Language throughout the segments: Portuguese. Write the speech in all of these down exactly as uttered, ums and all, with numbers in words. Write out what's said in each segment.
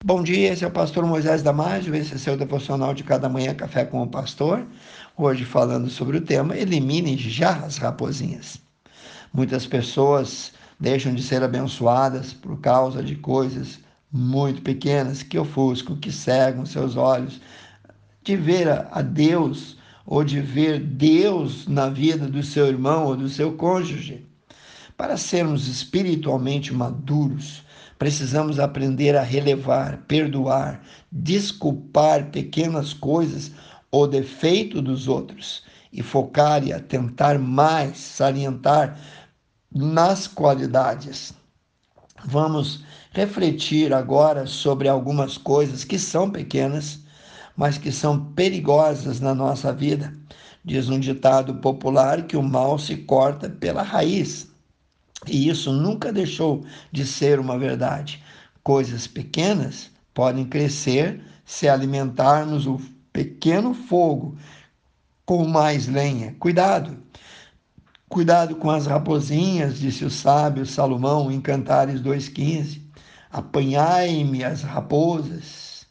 Bom dia, esse é o pastor Moisés Damásio, esse é seu devocional de cada manhã, Café com o Pastor. Hoje falando sobre o tema Elimine já as raposinhas. Muitas pessoas deixam de ser abençoadas por causa de coisas muito pequenas que ofuscam, que cegam seus olhos, de ver a Deus ou de ver Deus na vida do seu irmão ou do seu cônjuge. Para sermos espiritualmente maduros, precisamos aprender a relevar, perdoar, desculpar pequenas coisas ou defeito dos outros e focar e atentar mais, salientar nas qualidades. Vamos refletir agora sobre algumas coisas que são pequenas, mas que são perigosas na nossa vida. Diz um ditado popular que o mal se corta pela raiz. E isso nunca deixou de ser uma verdade. Coisas pequenas podem crescer se alimentarmos o pequeno fogo com mais lenha. Cuidado! Cuidado com as raposinhas, disse o sábio Salomão em Cantares dois quinze. Apanhai-me as raposas,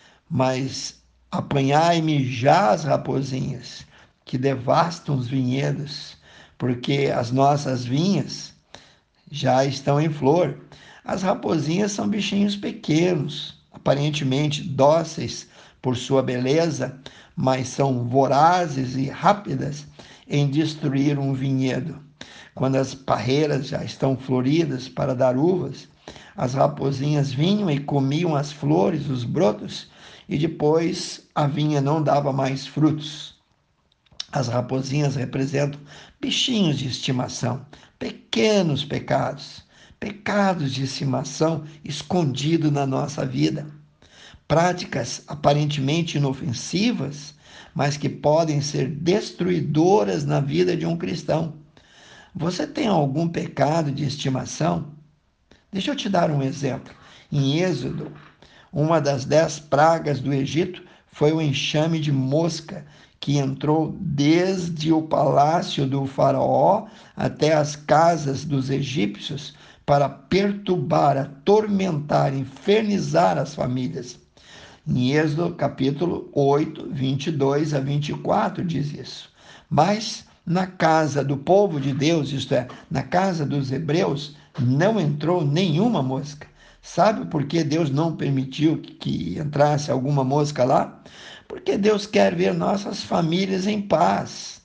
mas apanhai-me já as raposinhas que devastam os vinhedos, porque as nossas vinhas já estão em flor. As raposinhas são bichinhos pequenos, aparentemente dóceis por sua beleza, mas são vorazes e rápidas em destruir um vinhedo. Quando as parreiras já estão floridas para dar uvas, as raposinhas vinham e comiam as flores, os brotos, e depois a vinha não dava mais frutos. As raposinhas representam bichinhos de estimação, pequenos pecados, pecados de estimação escondidos na nossa vida. Práticas aparentemente inofensivas, mas que podem ser destruidoras na vida de um cristão. Você tem algum pecado de estimação? Deixa eu te dar um exemplo. Em Êxodo, uma das dez pragas do Egito foi o enxame de mosca, que entrou desde o palácio do faraó até as casas dos egípcios para perturbar, atormentar, infernizar as famílias. Em Êxodo capítulo oito, vinte e dois a vinte e quatro diz isso. Mas na casa do povo de Deus, isto é, na casa dos hebreus, não entrou nenhuma mosca. Sabe por que Deus não permitiu que entrasse alguma mosca lá? Porque Deus quer ver nossas famílias em paz.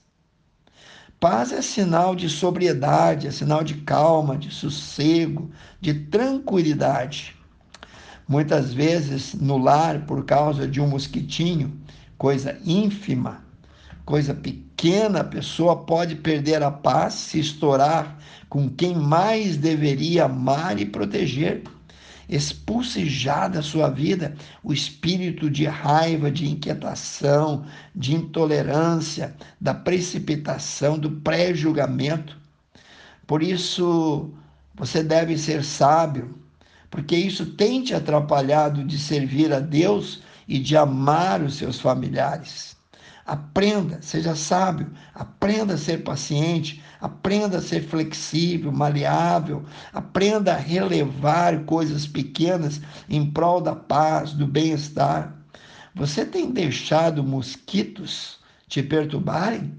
Paz é sinal de sobriedade, é sinal de calma, de sossego, de tranquilidade. Muitas vezes no lar, por causa de um mosquitinho, coisa ínfima, coisa pequena, a pessoa pode perder a paz, se estourar com quem mais deveria amar e proteger. Expulse já da sua vida o espírito de raiva, de inquietação, de intolerância, da precipitação, do pré-julgamento. Por isso, você deve ser sábio, porque isso tem te atrapalhado de servir a Deus e de amar os seus familiares. Aprenda, seja sábio, aprenda a ser paciente, aprenda a ser flexível, maleável, aprenda a relevar coisas pequenas em prol da paz, do bem-estar. Você tem deixado mosquitos te perturbarem?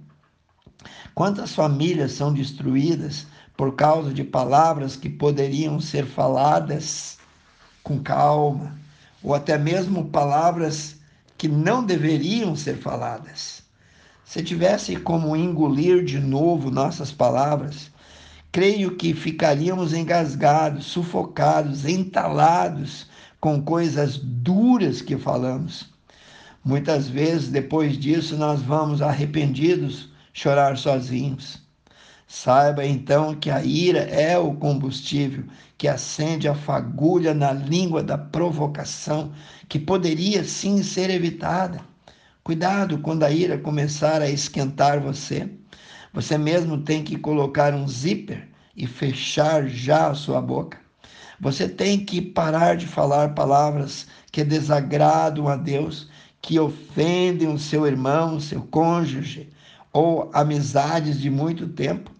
Quantas famílias são destruídas por causa de palavras que poderiam ser faladas com calma, ou até mesmo palavras que não deveriam ser faladas? Se tivesse como engolir de novo nossas palavras, creio que ficaríamos engasgados, sufocados, entalados com coisas duras que falamos. Muitas vezes, depois disso, nós vamos arrependidos chorar sozinhos. Saiba então que a ira é o combustível que acende a fagulha na língua da provocação, que poderia sim ser evitada. Cuidado quando a ira começar a esquentar você. Você mesmo tem que colocar um zíper e fechar já a sua boca. Você tem que parar de falar palavras que desagradam a Deus, que ofendem o seu irmão, o seu cônjuge, ou amizades de muito tempo.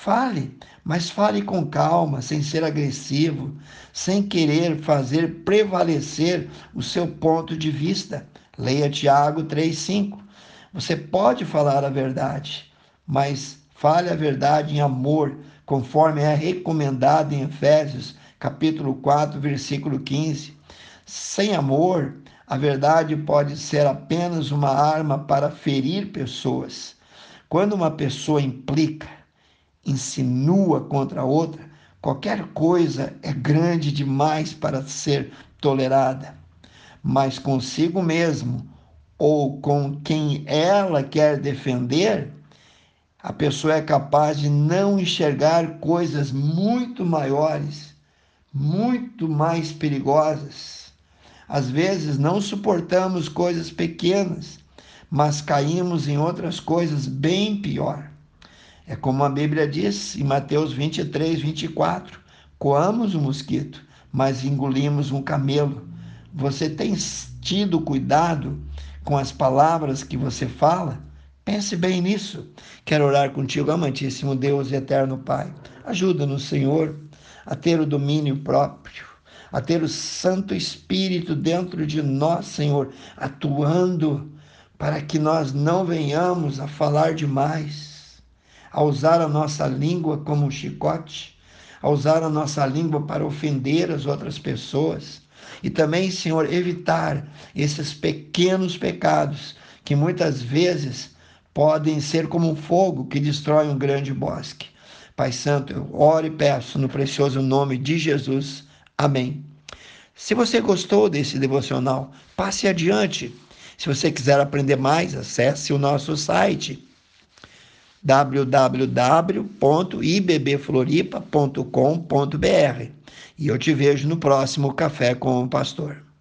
Fale, mas fale com calma, sem ser agressivo, sem querer fazer prevalecer o seu ponto de vista. Leia Tiago três, cinco. Você pode falar a verdade, mas fale a verdade em amor, conforme é recomendado em Efésios, capítulo quatro, versículo quinze. Sem amor, a verdade pode ser apenas uma arma para ferir pessoas. Quando uma pessoa implica, insinua contra outra, qualquer coisa é grande demais para ser tolerada. Mas consigo mesmo ou com quem ela quer defender, a pessoa é capaz de não enxergar coisas muito maiores, muito mais perigosas. Às vezes não suportamos coisas pequenas, mas caímos em outras coisas bem pior. É como a Bíblia diz em Mateus vinte e três, vinte e quatro: coamos um mosquito, mas engolimos um camelo. Você tem tido cuidado com as palavras que você fala? Pense bem nisso. Quero orar contigo, amantíssimo Deus e eterno Pai. Ajuda-nos, Senhor, a ter o domínio próprio, a ter o Santo Espírito dentro de nós, Senhor, atuando para que nós não venhamos a falar demais, a usar a nossa língua como um chicote, a usar a nossa língua para ofender as outras pessoas. E também, Senhor, evitar esses pequenos pecados que muitas vezes podem ser como um fogo que destrói um grande bosque. Pai Santo, eu oro e peço no precioso nome de Jesus. Amém. Se você gostou desse devocional, passe adiante. Se você quiser aprender mais, acesse o nosso site w w w ponto i b b floripa ponto com ponto b r. E eu te vejo no próximo Café com o Pastor.